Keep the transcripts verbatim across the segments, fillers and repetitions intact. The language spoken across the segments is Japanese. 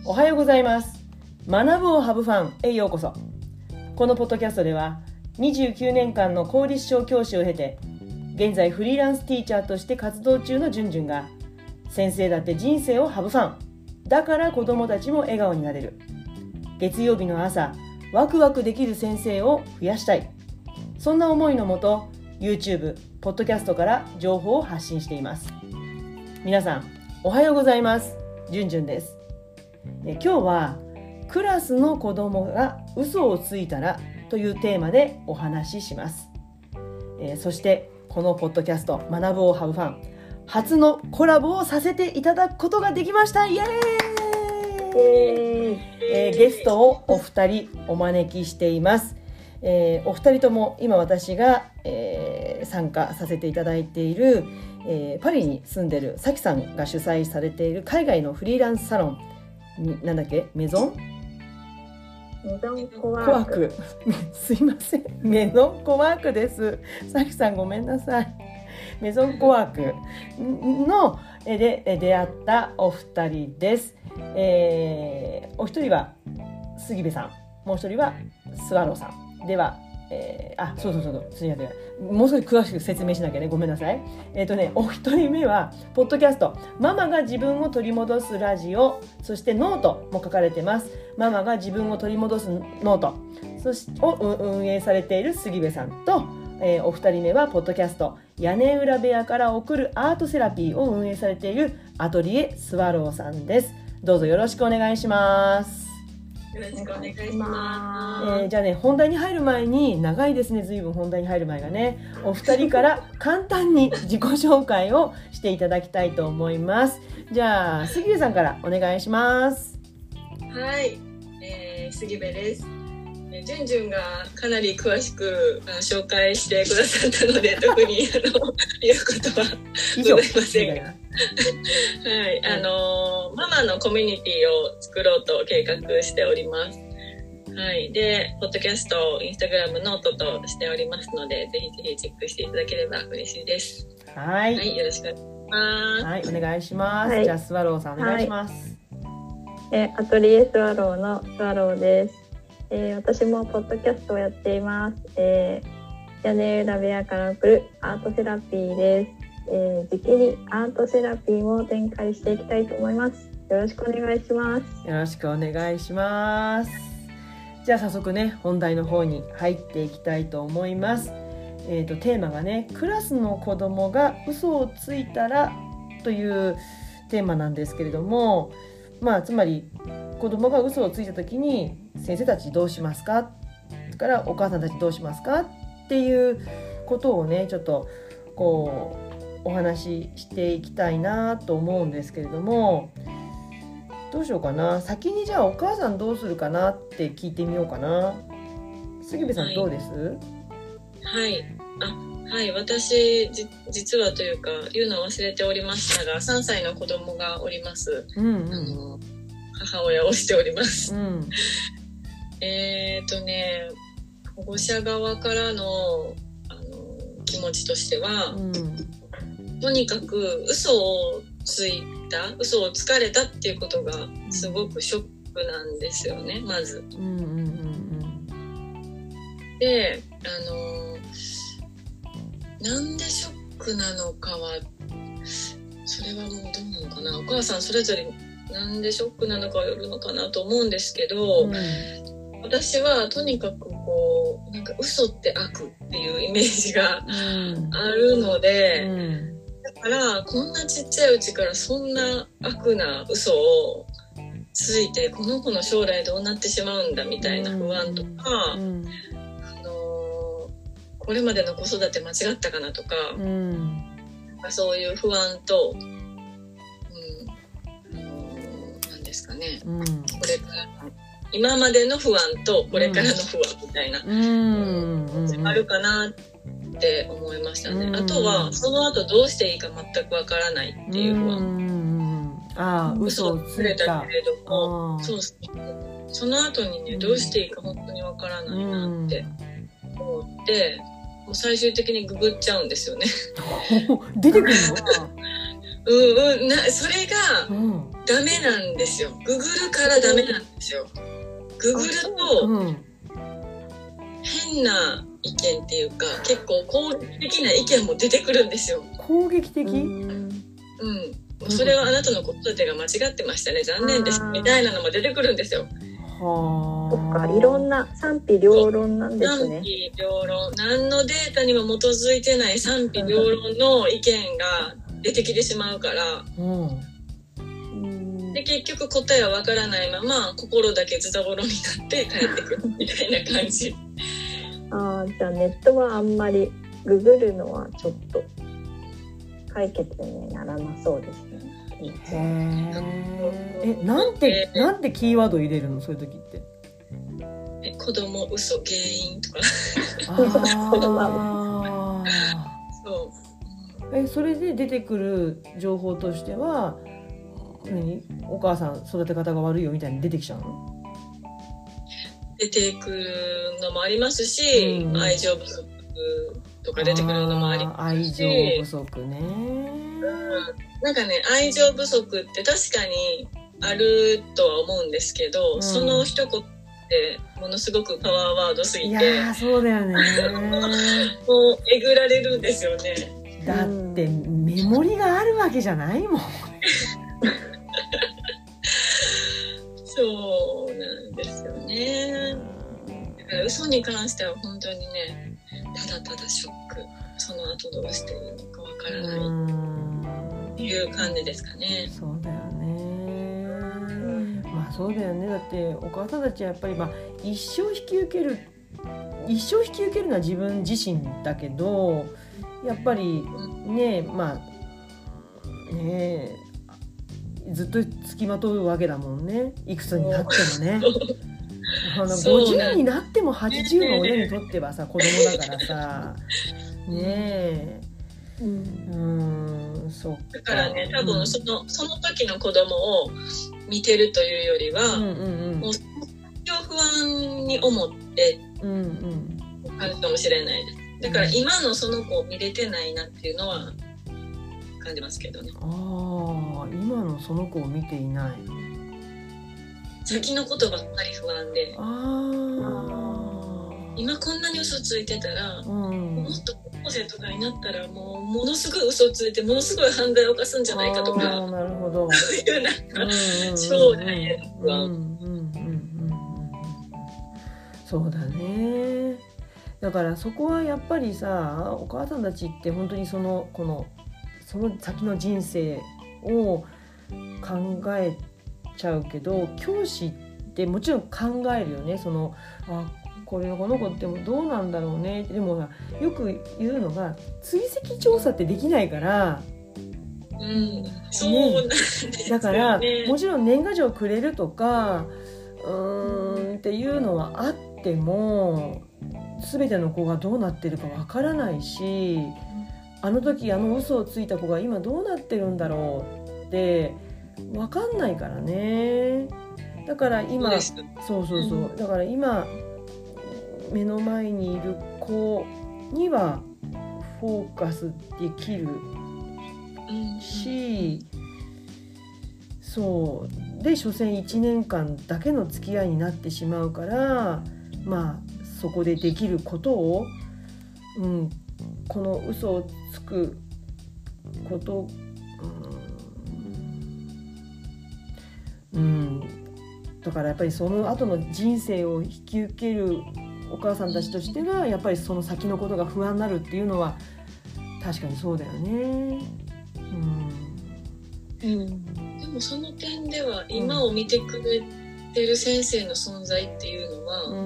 おはようございます。学ぶをハブファンへようこそ。このポッドキャストではにじゅうきゅうねんかんの公立小教師を経て、現在フリーランスティーチャーとして活動中のじゅんじゅんが、先生だって人生をハブファンだから子どもたちも笑顔になれる、月曜日の朝ワクワクできる先生を増やしたい、そんな思いのもと YouTube、ポッドキャストから情報を発信しています。皆さんおはようございます。じゅんじゅんです。え今日はクラスの子どもが嘘をついたらというテーマでお話しします。えー、そしてこのポッドキャスト学ぶをハブファン初のコラボをさせていただくことができました。イエーイ、えー、ゲストをお二人お招きしています。えー、お二人とも今私が、えー、参加させていただいている、えー、パリに住んでるさきさんが主催されている海外のフリーランスサロンになんだっけメゾンメゾンコワークすいません、メゾンコワークです。さきさんごめんなさい。メゾンコワークので出会ったお二人です。えー、お一人は杉部さん、もう一人はスワローさんでは、えー、あそうそうそうすみません、もう少し詳しく説明しなきゃね、ごめんなさい。えっとねお一人目はポッドキャストママが自分を取り戻すラジオ、そしてノートも書かれてます。ママが自分を取り戻すノートそしを運営されている杉部さんと、えー、お二人目はポッドキャスト屋根裏部屋から送るアートセラピーを運営されているアトリエスワローさんです。どうぞよろしくお願いします。 よろしくお願いします。 えー、じゃあね本題に入る前に、長いですね、随分本題に入る前がね、お二人から簡単に自己紹介をしていただきたいと思います。じゃあ杉部さんからお願いします。 はい、えー、杉部です。じゅんじゅんがかなり詳しく紹介してくださったので特にあの言うことはございませんが、はい、あのママのコミュニティを作ろうと計画しております。はい、でポッドキャスト、インスタグラム、ノートとしておりますので、ぜひぜひチェックしていただければ嬉しいです。 はい、 はい、よろしくお願いします。 はい、お願いします。はい、じゃあスワローさんお願いします。 はい、えアトリエスワローのスワローです。えー、私もポッドキャストをやっています。えー、屋根裏部屋から送るアートセラピーです。えー、時期にアートセラピーも展開していきたいと思います。よろしくお願いします。 よろしくお願いします。じゃあ早速ね本題の方に入っていきたいと思います。えーと、テーマがねクラスの子どもが嘘をついたらというテーマなんですけれども、まあつまり子どもが嘘をついた時に先生たちどうしますか、それからお母さんたちどうしますかっていうことをねちょっとこうお話ししていきたいなと思うんですけれども、どうしようかな。先にじゃあお母さんどうするかなって聞いてみようかな。杉部さんどうです？ はい、あはい、私じ実はというか言うのを忘れておりましたが、さんさいの子供がおります。うんうん、あの母親をしております。うん、えーとね保護者側からの、あの気持ちとしては、うん、とにかく嘘をついた嘘をつかれたっていうことがすごくショックなんですよね、まず。うんうんうんうん、であのなんでショックなのかはそれはもうどうなのかな、お母さんそれぞれなんでショックなのかはよるのかなと思うんですけど、うん、私はとにかくこうなんか嘘って悪っていうイメージがあるので、うんうん、だからこんなちっちゃいうちからそんな悪な嘘をついてこの子の将来どうなってしまうんだみたいな不安とか、うん、あのー、これまでの子育て間違ったかなとか、うん、なんかそういう不安とですかね、うん、これから今までの不安とこれからの不安みたいな、うんうん、始まるかなって思いましたね、うん、あとはその後どうしていいか全くわからないっていう不安、うん、 ああ嘘をついたけれども、そうそうその後にねどうしていいか本当にわからないなって思って、もう最終的にググっちゃうんですよね出てくるのうんうんなそれがうんダメなんですよ。ググるからダメなんですよ。ググるとうん変な意見っていうか結構攻撃的な意見も出てくるんですよ。 攻撃的、 うんうん、それはあなたの子育てが間違ってましたね、残念ですみたいなのも出てくるんですよ。 はそっか、いろんな賛否両論なんですね。 賛否両論、何のデータにも基づいてない賛否両論の意見が出てきてしまうから、 うんうんで結局答えはわからないまま心だけズタボロになって帰ってくるみたいな感じ。 ああ、じゃあネットはあんまりググるのはちょっと解決にならなそうですね。 へえ。え、なんてなんてキーワード入れるのそういう時って。 え子供嘘原因とかああ。 そうえ、それで出てくる情報としては何お母さん育て方が悪いよみたいに出てきちゃうの？ 出てくるのもありますし、 うん、 愛情不足とか出てくるのもありますし、 愛情不足ね、 うん、なんかね愛情不足って確かにあるとは思うんですけど、うん、その一言ってものすごくパワーワードすぎて、 いやそうだよねもうえぐられるんですよね。 だってメモリがあるわけじゃないもんそうなんですよね。だから嘘に関しては本当にねただただショック、その後どうしていいのかわからないっていう感じですかね。 そうだよね、まあそうだよね。だってお母さんたちはやっぱり、まあ、一生引き受ける一生引き受けるのは自分自身だけどやっぱりねまあねずっとつきまとうわけだもんね、いくつになってもねあのごじゅうになってもはちじゅうの親にとってはさ子供だからさねえうん、うんそっか。 だからね多分その、うん、その時の子供を見てるというよりは、うんうんうん、もう不安に思ってあるかもしれないです。だから今のその子を見れてないなっていうのは感じますけどね。 ああ、今のその子を見ていない。 先のことばっかり不安で。 ああ。 今こんなに嘘ついてたら、うん、もっと高校生とかになったらもうものすごい嘘ついてものすごい犯罪を犯すんじゃないかとか。 ああ、なるほど。 そういうなんか将来への不安。 そうだね。だからそこはやっぱりさ、お母さんたちって本当にそのこのその先の人生を考えちゃうけど、教師ってもちろん考えるよね。そのあこれこの子ってもどうなんだろうね。でもよく言うのが追跡調査ってできないから。 うん、そうなんですよね。 だからもちろん年賀状くれるとかうーんっていうのはあっても全ての子がどうなってるかわからないし、あの時あの嘘をついた子が今どうなってるんだろうってわかんないからね。だから今そうそうそう、うん、だから今目の前にいる子にはフォーカスできるし、そうで所詮いちねんかんだけの付き合いになってしまうから、まあそこでできることを、うん、この嘘をつくこと、うん、うん、だからやっぱりその後の人生を引き受けるお母さんたちとしてはやっぱりその先のことが不安になるっていうのは確かにそうだよね。 うんうん、でもその点では今を見てくれてる先生の存在っていうのは、うん、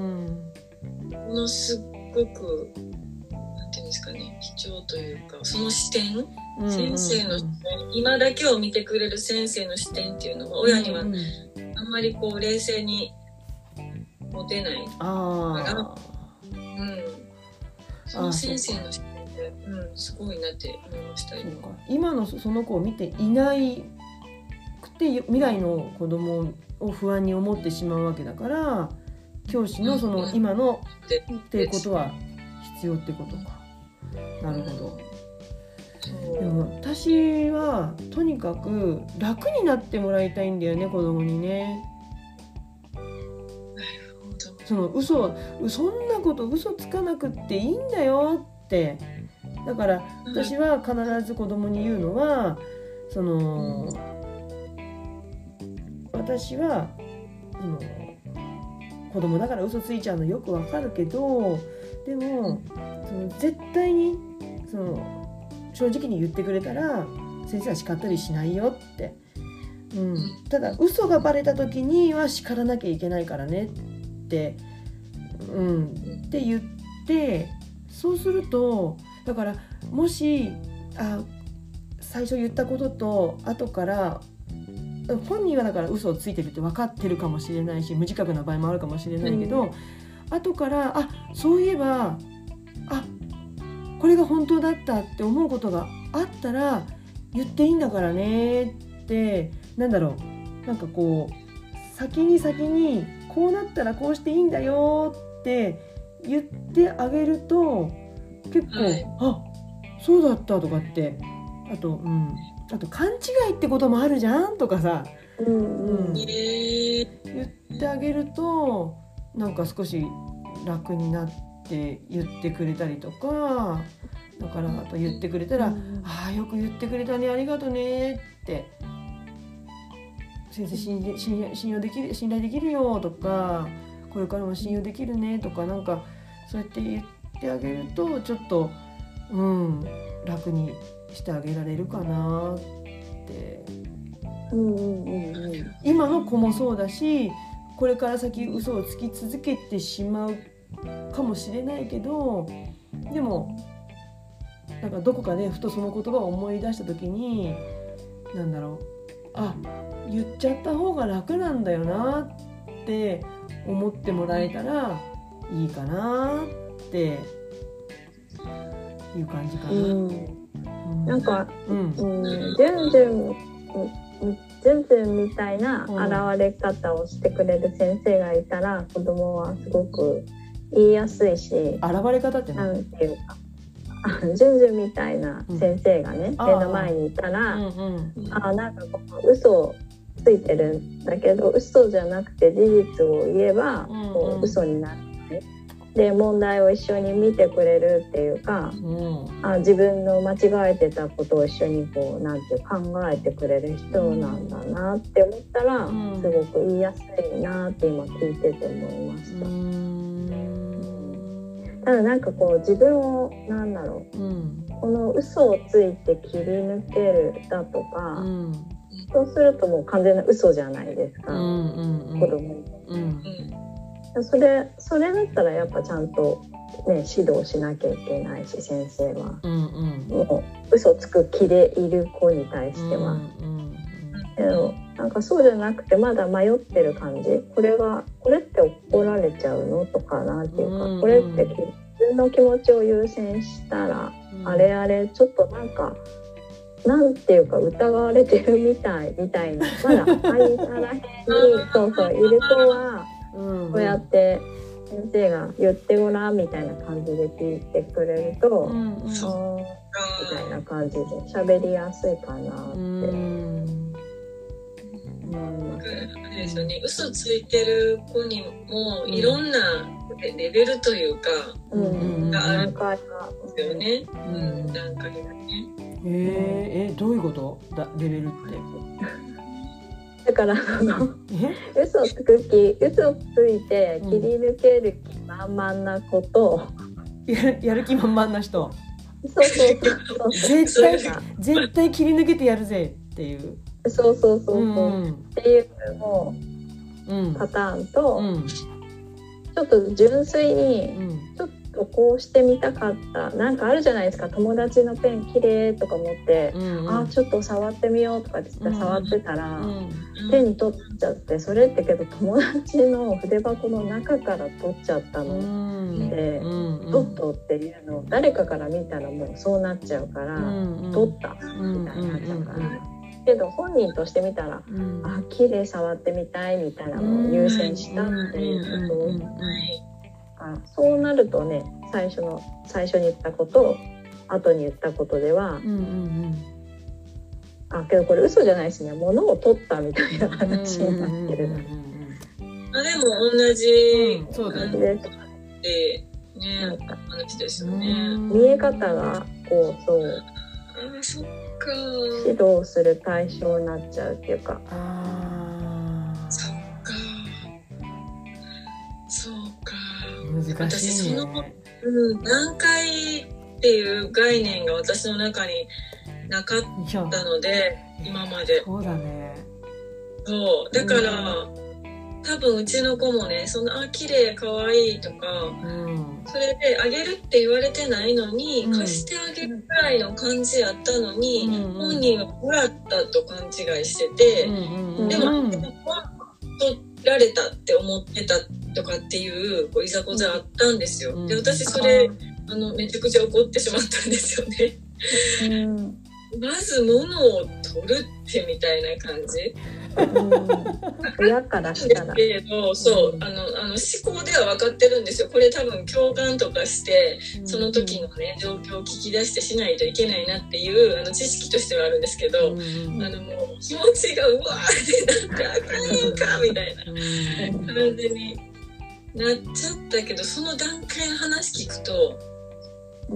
ものすごくなんていうんですかね、貴重というかその視点、うんうん、先生の視点、今だけを見てくれる先生の視点っていうのは親にはあんまりこう冷静に持てないから、うん、その先生の視点うん、すごいなって思いました。今今のその子を見ていないくて未来の子供を不安に思ってしまうわけだから、教師のその今のっていうことは必要ってことか。なるほど。でも私はとにかく楽になってもらいたいんだよね、子供にね。その嘘そんなこと嘘つかなくっていいんだよって。だから私は必ず子供に言うのは、その、うん、私はその子供だから嘘ついちゃうのよくわかるけど、でもその絶対にその正直に言ってくれたら先生は叱ったりしないよって、うん、ただ嘘がバレた時には叱らなきゃいけないからねって、うん、って言って、そうするとだからもしあ最初言ったことと後から本人はだから嘘をついてるって分かってるかもしれないし、無自覚な場合もあるかもしれないけど、うん、後からあそういえばあこれが本当だったって思うことがあったら言っていいんだからねって、なんだろう、なんかこう先に先にこうなったらこうしていいんだよって言ってあげると結構、はい、あそうだったとかって、あと、うん、あと勘違いってこともあるじゃんとかさ、うんうん、言ってあげるとなんか少し楽になって言ってくれたりとか、だからあと言ってくれたら、うん、ああよく言ってくれたねありがとねって先生信用、信用できる信頼できるよとかこれからも信用できるねとか、なんかそうやって言ってあげるとちょっと、うん、楽にしてあげられるかなって、うんうんうんうん、今の子もそうだしこれから先嘘をつき続けてしまうかもしれないけど、でもなんかどこかでふとその言葉を思い出した時になんだろう、あ言っちゃった方が楽なんだよなって思ってもらえたらいいかなっていう感じかな、うんうん、 なんか、うんうん、じゅんじゅんじゅんじゅんみたいな現れ方をしてくれる先生がいたら、うん、子供はすごく言いやすいし、現れ方ってなんていうかじゅんじゅんみたいな先生がね、うん、目の前にいたら、うんうん、あなんかこう嘘をついてるんだけど嘘じゃなくて事実を言えば、うんうん、こう嘘にならないで問題を一緒に見てくれるっていうか、うん、あ自分の間違えてたことを一緒にこうなんていう考えてくれる人なんだなって思ったら、うん、すごく言いやすいなって今聞いてて思いました。うんただなんかこう自分をなんだろう、うん、この嘘をついて切り抜けるだとか、うん、そうするともう完全な嘘じゃないですか、うんうんうん、子供に、うんうん、それそれだったらやっぱちゃんと、ね、指導しなきゃいけないし先生は、うんうん、もう嘘つく気でいる子に対しては、うんうんけどなんかそうじゃなくてまだ迷ってる感じ、これがこれって怒られちゃうのとかなんていうか、うんうん、これって自分の気持ちを優先したら、うん、あれあれちょっとなんかなんていうか疑われてるみたいみたいなまだ間らへんにそうそういる子はこうやって先生が言ってごらんみたいな感じで聞いてくれると、うんうん、そうみたいな感じで喋りやすいかなって。うんあれですよね、嘘ついてる子にもいろんなレベルというか、うん、があるんですよね、うん、段階がね。 えー、えどういうことだレベルってだからあの嘘つく気嘘ついて切り抜ける気満々な子と、 うん、や, やる気満々な人そうそうそう絶対絶対切り抜けてやるぜっていうそうそうそうそう、うん、っていうのをパターンと、うん、ちょっと純粋にちょっとこうしてみたかった、なんかあるじゃないですか、友達のペン綺麗とか思って、うんうん、あちょっと触ってみようとかって言って触ってたら、うんうん、手に取っちゃって、それってけど友達の筆箱の中から取っちゃったの、うん、で、うんうん、取っとっていうのを誰かから見たらもうそうなっちゃうから、うんうん、取ったみたいになっちゃうから、うんうんうんけど本人としてみたら、うん、あ綺麗触ってみたいみたいなのを優先したっていうことを、あそうなるとね最初の最初に言ったこと後に言ったことでは、うんうんうん、 あけどこれ嘘じゃないですね。物を取ったみたいな話になってるな。 あでも同じ、 うん、そうだ感ね。 じでね話ですよね。 見え方がこうそうあそっか指導する対象になっちゃうっていうか。 あそっかそうか難しいね。 私その、うん、段階っていう概念が私の中になかったので今まで。 そうだね。 そうだから、うん、多分うちの子もねそのあ綺麗可愛いとか、うん、それであげるって言われてないのに、うん、貸してあげるくらいの感じやったのに、うん、本人はもらったと勘違いしてて、うんうん、でも、うん、取られたって思ってたとかっていうこういざこざあったんですよ、うん、で私それあのめちゃくちゃ怒ってしまったんですよね、うんまず物を取るってみたいな感じ、うん、 親からしたらけれどそう、うん、あのあの思考では分かってるんですよ。これ多分共感とかしてその時のね状況を聞き出してしないといけないなっていうあの知識としてはあるんですけど、うん、あのもう気持ちがうわーってなってあかんやんかみたいな感じになっちゃったけど、その段階の話聞くと、うん、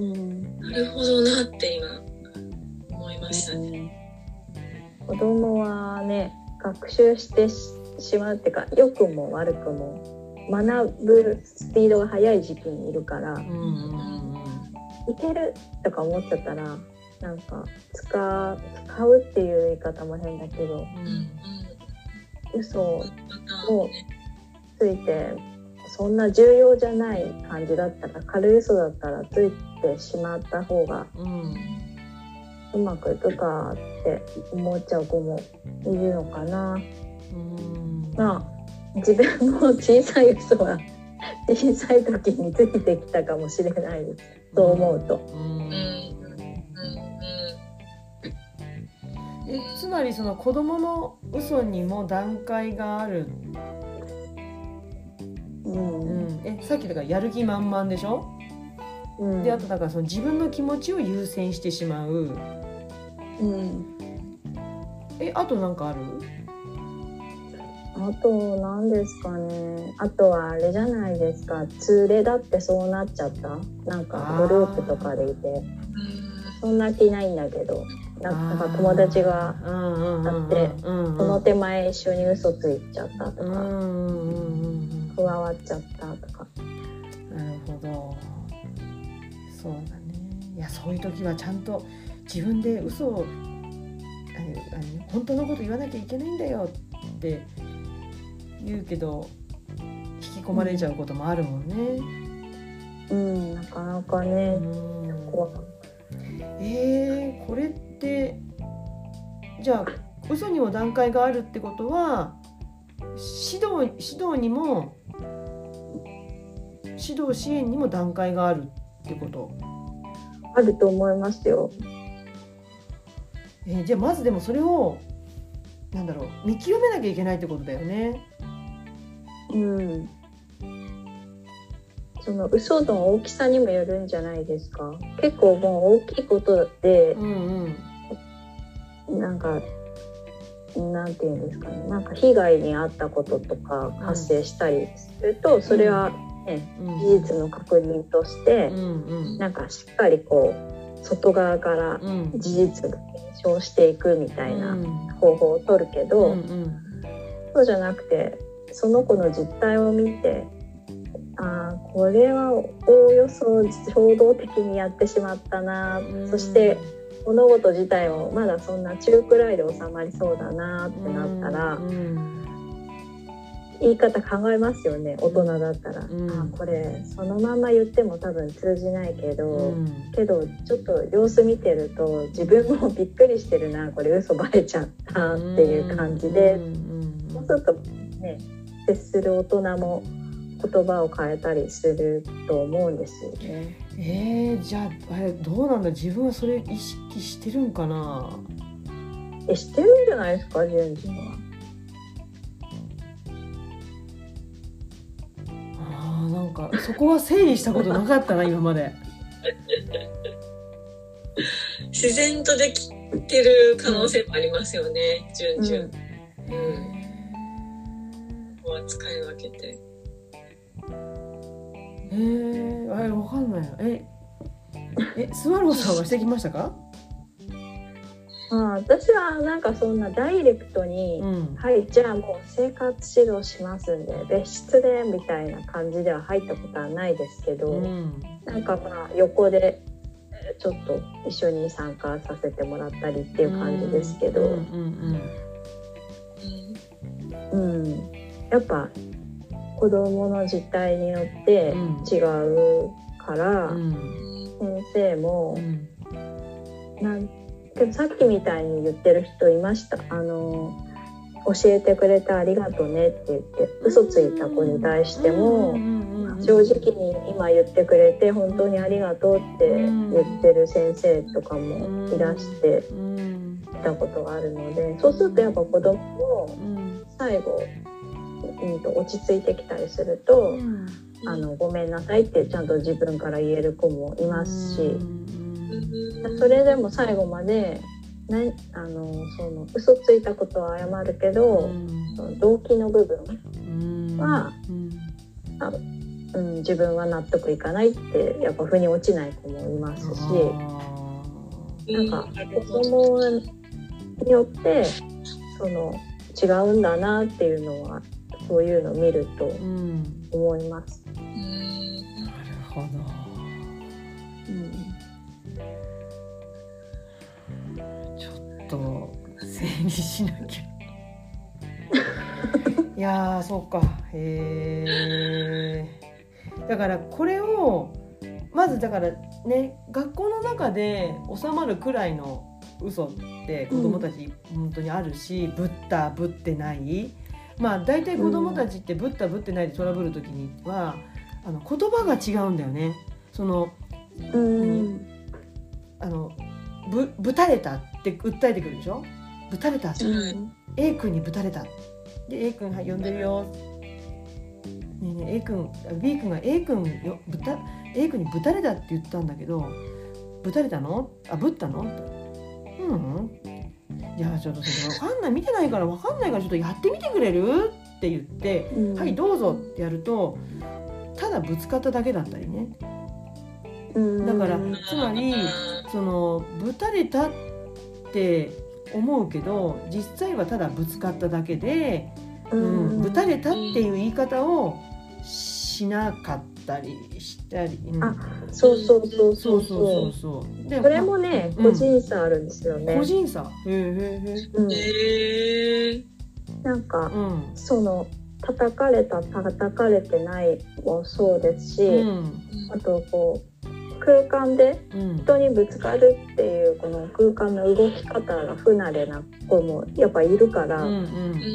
なるほどなって今思いましたね。 子供はね学習してしまうっていうか良くも悪くも学ぶスピードが速い時期にいるから、うんうんうん、いけるとか思っちゃったらなんか使う、使うっていう言い方も変だけど、うんうん、嘘をついてそんな重要じゃない感じだったら軽い嘘だったらついてしまった方が、うんうまくいくかって思っちゃう子もいるのかな。うんまあ自分も小さい嘘は小さい時についてきたかもしれないですと思うと、うんうんうん、 えつまりその子供の嘘にも段階がある、うんうん、えさっきだからやる気満々でしょ、うん、であとだからその自分の気持ちを優先してしまう、うん、えあとなんかある？ あと何ですかね。あとはあれじゃないですか。通例だってそうなっちゃった。なんかグループとかでいてそんな気ないんだけどなんか友達があってその手前一緒に嘘ついちゃったとか加わっちゃったとか。 なるほどそうだね。いやそういう時はちゃんと自分で嘘をあのあの本当のこと言わなきゃいけないんだよって言うけど引き込まれちゃうこともあるもんね。 うん、うん、なかなかね。怖かった。 えー、これってじゃあ嘘にも段階があるってことは指導、指導にも指導支援にも段階があるってこと？ あると思いますよ。 えー、じゃあまずでもそれをなんだろう見極めなきゃいけないってことだよね。 うん。その嘘の大きさにもよるんじゃないですか。結構もう大きいことで、うんうん、なんかなんていうんですかね。なんか被害に遭ったこととか発生したりすると、うん、それはね、うん、事実の確認として、うんうん、なんかしっかりこう外側から事実が検証していくみたいな方法を取るけど、うんうん、そうじゃなくてその子の実態を見て、あこれはおおよそ衝動的にやってしまったな、うん、そして物事自体もまだそんな中くらいで収まりそうだなってなったら、うんうん、言い方考えますよね。大人だったら、うん、あこれそのまま言っても多分通じないけど、うん、けどちょっと様子見てると自分もびっくりしてるな、これ嘘バレちゃったっていう感じで、うんうん、もうちょっとね接する大人も言葉を変えたりすると思うんですよね。 えー、じゃああれどうなんだ、自分はそれ意識してるんかな。 えしてるんじゃないですか、順次は。 あーなんかそこは整理したことなかったな今まで。 自然とできてる可能性もありますよね、順々。うん。ここは使い分けて。 へえ、あれわかんないな。え、え、スワローさんはしてきましたか？ ああ、私はなんかそんなダイレクトに、うん、はいじゃあもう生活指導しますんで別室でみたいな感じでは入ったことはないですけど、うん、なんかまあ横でちょっと一緒に参加させてもらったりっていう感じですけど、うん、うん、やっぱ子供の実態によって違うから、うん、先生も、うん、なんでもさっきみたいに言ってる人いました。あの教えてくれてありがとねって言って嘘ついた子に対しても正直に今言ってくれて本当にありがとうって言ってる先生とかもいらしていたことがあるので、そうするとやっぱ子供も最後、うん、と落ち着いてきたりするとあのごめんなさいってちゃんと自分から言える子もいますし、それでも最後までなあのその嘘ついたことは謝るけど、うん、その動機の部分は、うんあうん、自分は納得いかないってやっぱ腑に落ちない子もいますし、なんか子供によってその違うんだなっていうのはそういうのを見ると思います。うん、 なるほど。整理しなきゃいやーそうか。へー。だからこれをまずだからね学校の中で収まるくらいの嘘って子どもたち本当にあるし、うん、ぶったぶってないまあ大体子どもたちってぶったぶってないでトラブる時にはあの言葉が違うんだよね。その、うん、あのぶぶたれたって訴えてくるでしょ。ぶたれた、うん、A 君にぶたれたで A 君はい呼んでるよ、ねえねえ A 君 B 君が A 君よぶた A 君にぶたれたって言ったんだけどぶたれたのあぶったのうん、じゃあちょっとそれ分かんない見てないから分かんないからちょっとやってみてくれるって言って、うん、はいどうぞってやるとただぶつかっただけだったりね、うん、だからつまりそのぶたれたって思うけど実際はただぶつかっただけで、うん、ぶたれたっていう言い方をしなかったりしたり、うん、 あそうそうそうそうそうそうでそれもね、ま、個人差あるんですよね。 個人差へえへえなんか、うん、その叩かれた叩かれてないもそうですし、うん、あとこう空間で人にぶつかるっていうこの空間の動き方が不慣れな子もやっぱいるから、うんうん、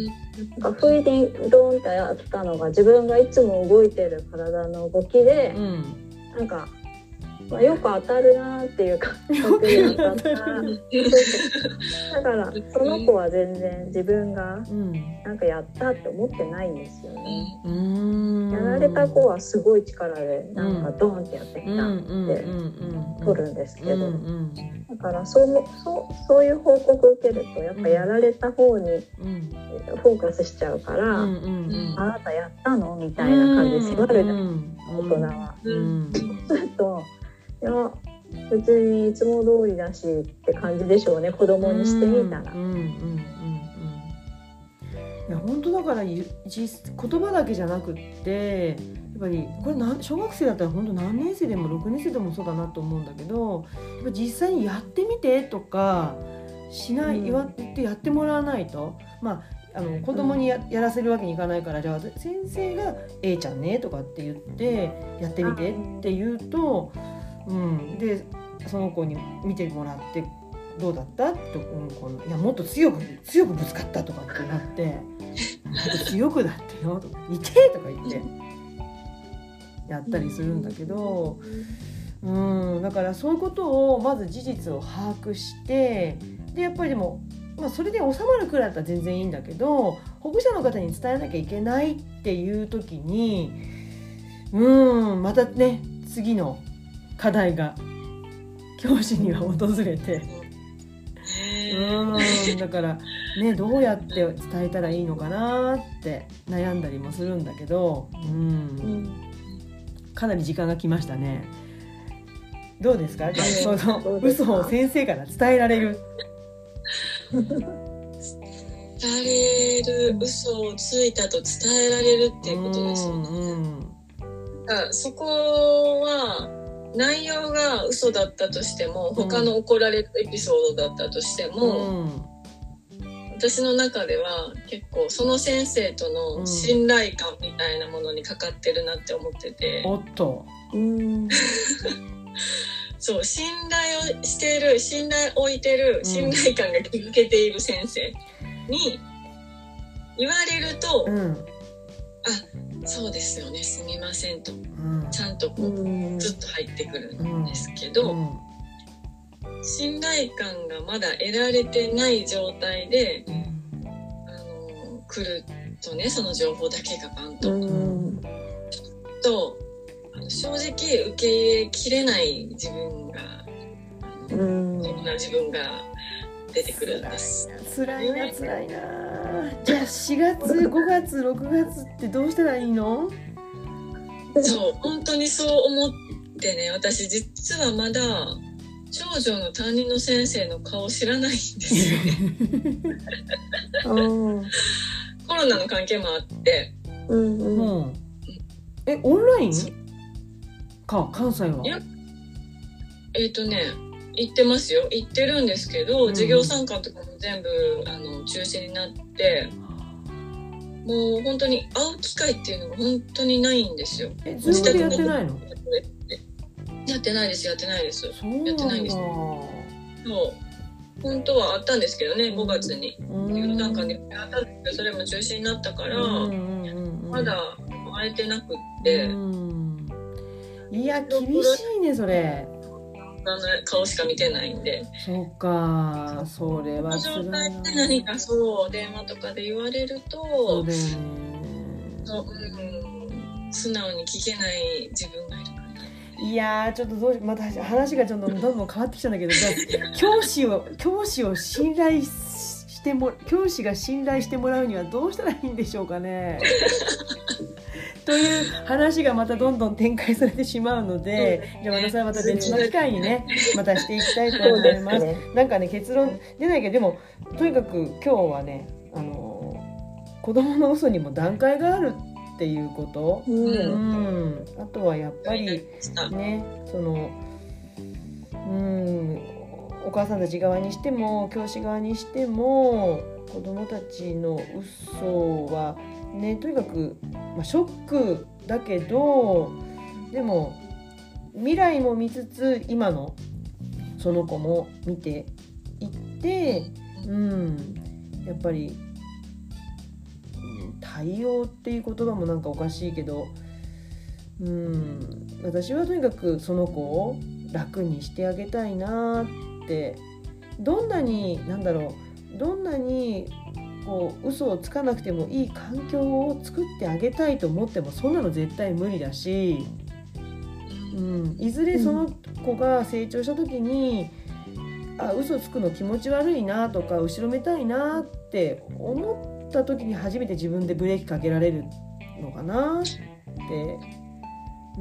なんか不意にドーンってやったのが自分がいつも動いてる体の動きで、うん、なんか、まあ、よく当たるなっていう感覚で当たっただからその子は全然自分がなんかやったって思ってないんですよね、うん、やられた子はすごい力でなんかドーンってやってきたって取るんですけど、だからそう、そう、そういう報告を受けるとやっぱやられた方にフォーカスしちゃうから、うんうんうん、あなたやったのみたいな感じで迫るじゃん、大人は、うん、そうするといや別にいつも通りだしって感じでしょうね、子供にしてみたら。うんうんうんうん、いや本当だから言葉だけじゃなくってやっぱりこれ小学生だったら本当何年生でもろくねん生でもそうだなと思うんだけどやっぱ実際にやってみてとかしない、うん、言わってやってもらわないとまああの子供に や, やらせるわけにいかないからじゃあ先生が A ちゃんねとかって言ってやってみてって言うとうん、でその子に見てもらってどうだったって思う子のいやもっと強く強くぶつかったとかってなってもっと強くだってよとか痛えとか言ってやったりするんだけど、うん、だからそういうことをまず事実を把握してでやっぱりでも、まあ、それで収まるくらいだったら全然いいんだけど保護者の方に伝えなきゃいけないっていう時にうんまたね次の課題が教師には訪れてね。 うんだからねどうやって伝えたらいいのかなって悩んだりもするんだけど、うん、 うん、 かなり時間が来ましたね。どうですか？じゃあそのどうですか？ 嘘を先生から伝えられる。 伝えれる、嘘をついたと伝えられるっていうことですよね。 うんうんあ、そこは内容が嘘だったとしても、他の怒られるエピソードだったとしても、 うん、 私の中では結構その先生との信頼感みたいなものにかかってるなって思ってて、 おっと、 うん、 そう、信頼をしている、信頼を置いてる、信頼感が築けている先生に言われると、 うん、 あ、そうですよね、すみませんと、 うん、 ちゃんとこう、 うん、 ずっと入ってくるんですけど、 うん信頼感がまだ得られてない状態で、 うん、 あの来るとね、その情報だけがバンと、 うん、 とあの正直受け入れきれない自分が、あの、うん、そんな自分が出てくるんです。 辛いな辛いな。じゃあしがつごがつろくがつってどうしたらいいの？ そう、本当にそう思ってね、私実はまだ長女の担任の先生の顔知らないんですよね。コロナの関係もあって、 うんうん、 えオンラインか関西は？ いや、えっとね行ってますよ、行ってるんですけど、うん、授業参加とかも全部あの中止になって、もう本当に会う機会っていうのが本当にないんですよ。 え、ズームでやってないの？ やってないですやってないです。 そうやってないです。そう本当はあったんですけどね、ごがつに授業参加であったんですけど、それも中止になったから、うんうんうんうん、まだ会えてなくって、うん、 いや厳しいねそれ。 顔しか見てないんで。 そうか、それは辛いな。状態で何かそう電話とかで言われると、そうだよね。そう、うん、素直に聞けない自分がいるから。 いやーちょっとどうまた話がちょっとどんどん変わってきたんだけど、じゃあ教師を教師を信頼しても教師が信頼してもらうにはどうしたらいいんでしょうかね。という話がまたどんどん展開されてしまうので、じゃあまたそれはまた別の機会にねまたしていきたいと思います。ね、なんかね結論出ないけど、でもとにかく今日はね、あのー、子供の嘘にも段階があるっていうこと、うんうん、あとはやっぱりね、そのうんお母さんたち側にしても教師側にしても子供たちの嘘はね、とにかく、まあ、ショックだけど、でも未来も見つつ今のその子も見ていって、うん、やっぱり対応っていう言葉もなんかおかしいけど、うん、私はとにかくその子を楽にしてあげたいなって、どんなになんだろうどんなにこう嘘をつかなくてもいい環境を作ってあげたいと思ってもそんなの絶対無理だし、うん、いずれその子が成長した時に、うん、あ嘘つくの気持ち悪いなとか後ろめたいなって思った時に初めて自分でブレーキかけられるのかなって、うん、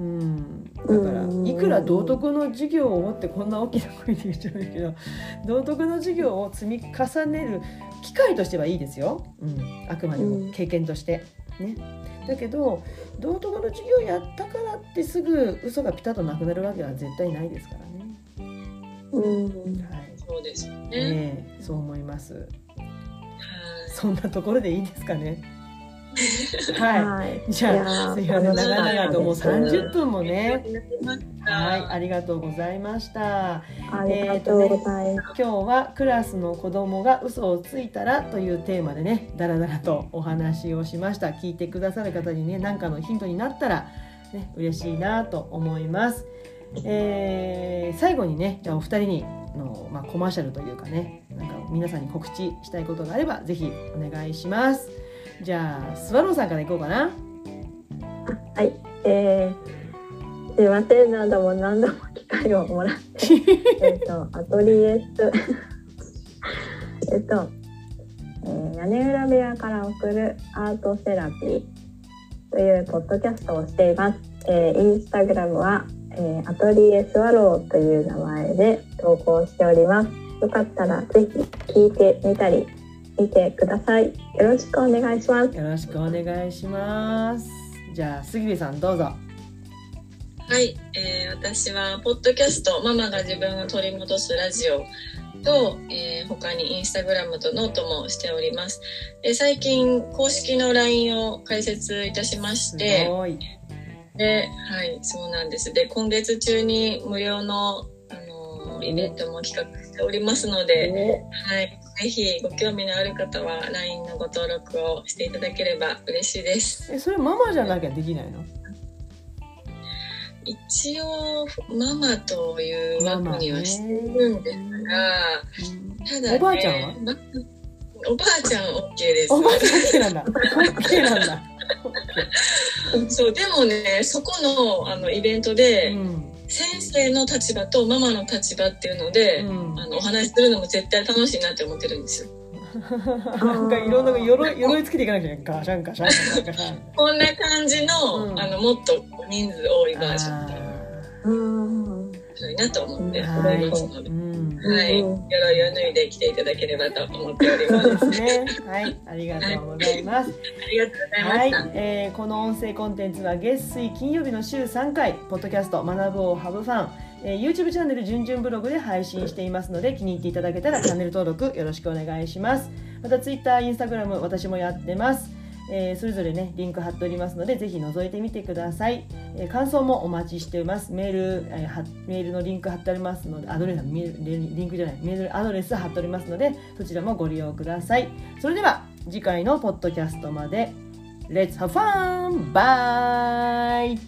だからいくら道徳の授業を持ってこんな大きな声で言っちゃうんだけど、道徳の授業を積み重ねる機会としてはいいですよ、うん、あくまでも経験として、ね、だけど道徳の授業やったからってすぐ嘘がピタッとなくなるわけは絶対ないですからね。 うん、はい、 そうですね、 えー、そう思います。 はい、 そんなところでいいですかね。はい、はい、じゃあすいません長々ともうさんじゅっぷんもね、はい、ありがとうございました。 ありがとうございます。 今日はクラスの子供が嘘をついたらというテーマでねだらだらとお話をしました。聞いてくださる方にね何かのヒントになったら、ね、嬉しいなと思います。えー、最後にねじゃあお二人にの、まあ、コマーシャルというかねなんか皆さんに告知したいことがあればぜひお願いします。じゃあスワローさんからいこうかな。 はい、えー、すいません何度も何度も機会をもらってえとアトリエスえっと、えー、屋根裏部屋から送るアートセラピーというポッドキャストをしています。えー、インスタグラムは、えー、アトリエスワローという名前で投稿しております。よかったらぜひ聞いてみたり見てください。よろしくお願いします。 よろしくお願いします。じゃあ杉部さんどうぞ。 はい、えー、私はポッドキャストママが自分を取り戻すラジオと、えー、他にインスタグラムとノートもしております。で最近公式の ライン を開設いたしまして、 すごい。 で、はい、そうなんです。で今月中に無料の、あのー、イベントも企画しておりますので、はい、ぜひご興味のある方は ライン のご登録をしていただければ嬉しいです。 えそれママじゃなきゃできないの？ 一応ママという枠にはしてるんですが、ただね、 おばあちゃんは？ おばあちゃん OK です。 おばあちゃん OK なんだ。OK なんだ。 そうでもね、そこのあのイベントで、 うん、 先生の立場とママの立場っていうので、うん、あのお話しするのも絶対楽しいなって思ってるんですよ。 なんかいろんな鎧鎧つけていかなきゃいけない。ガシャンガシャンガシャン。 こんな感じの、うん、あのもっと人数多いバージョンで。面白いなと思っておりますので、はい、鎧を脱いで来ていただければと思っております。 そうですね。はい、ありがとうございます。 はい、ありがとうございました。 はい、えー、この音声コンテンツは月水金曜日の週さんかい、ポッドキャスト学ぶをハブファン、えー、YouTube チャンネルじゅんじゅんブログで配信していますので、気に入っていただけたらチャンネル登録よろしくお願いします。また Twitter、Instagram 私もやってます。えー、それぞれねリンク貼っておりますのでぜひ覗いてみてください。えー、感想もお待ちしています。メール、えー、メールのリンク貼っておりますので、アドレスメールリンクじゃないメールアドレス貼っておりますのでそちらもご利用ください。それでは次回のポッドキャストまで Let's have fun! Bye!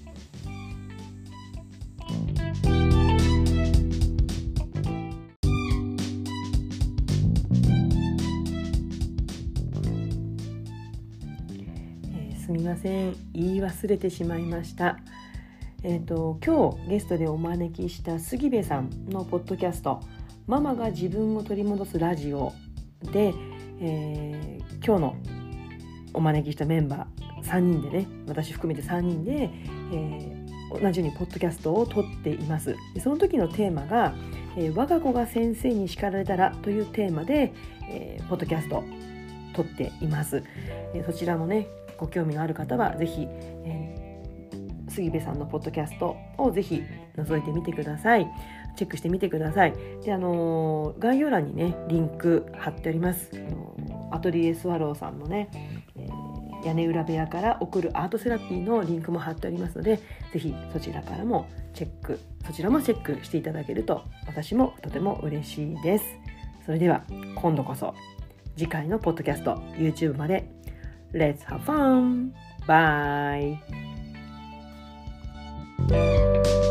すみません、言い忘れてしまいました。えーと、今日ゲストでお招きした杉部さんのポッドキャストママが自分を取り戻すラジオで、えー、今日のお招きしたメンバーさんにんでね、私含めてさんにんで、えー、同じようにポッドキャストを撮っています。でその時のテーマが、えー、我が子が先生に叱られたらというテーマで、えー、ポッドキャスト撮っています。えー、そちらもねご興味のある方はぜひ、えー、杉部さんのポッドキャストをぜひ覗いてみてください。チェックしてみてください。で、あのー、概要欄にねリンク貼ってあります。あのー、アトリエスワローさんのね、えー、屋根裏部屋から送るアートセラピーのリンクも貼ってありますのでぜひそちらからもチェックそちらもチェックしていただけると私もとても嬉しいです。それでは今度こそ次回のポッドキャスト YouTube までLet's have fun! Bye!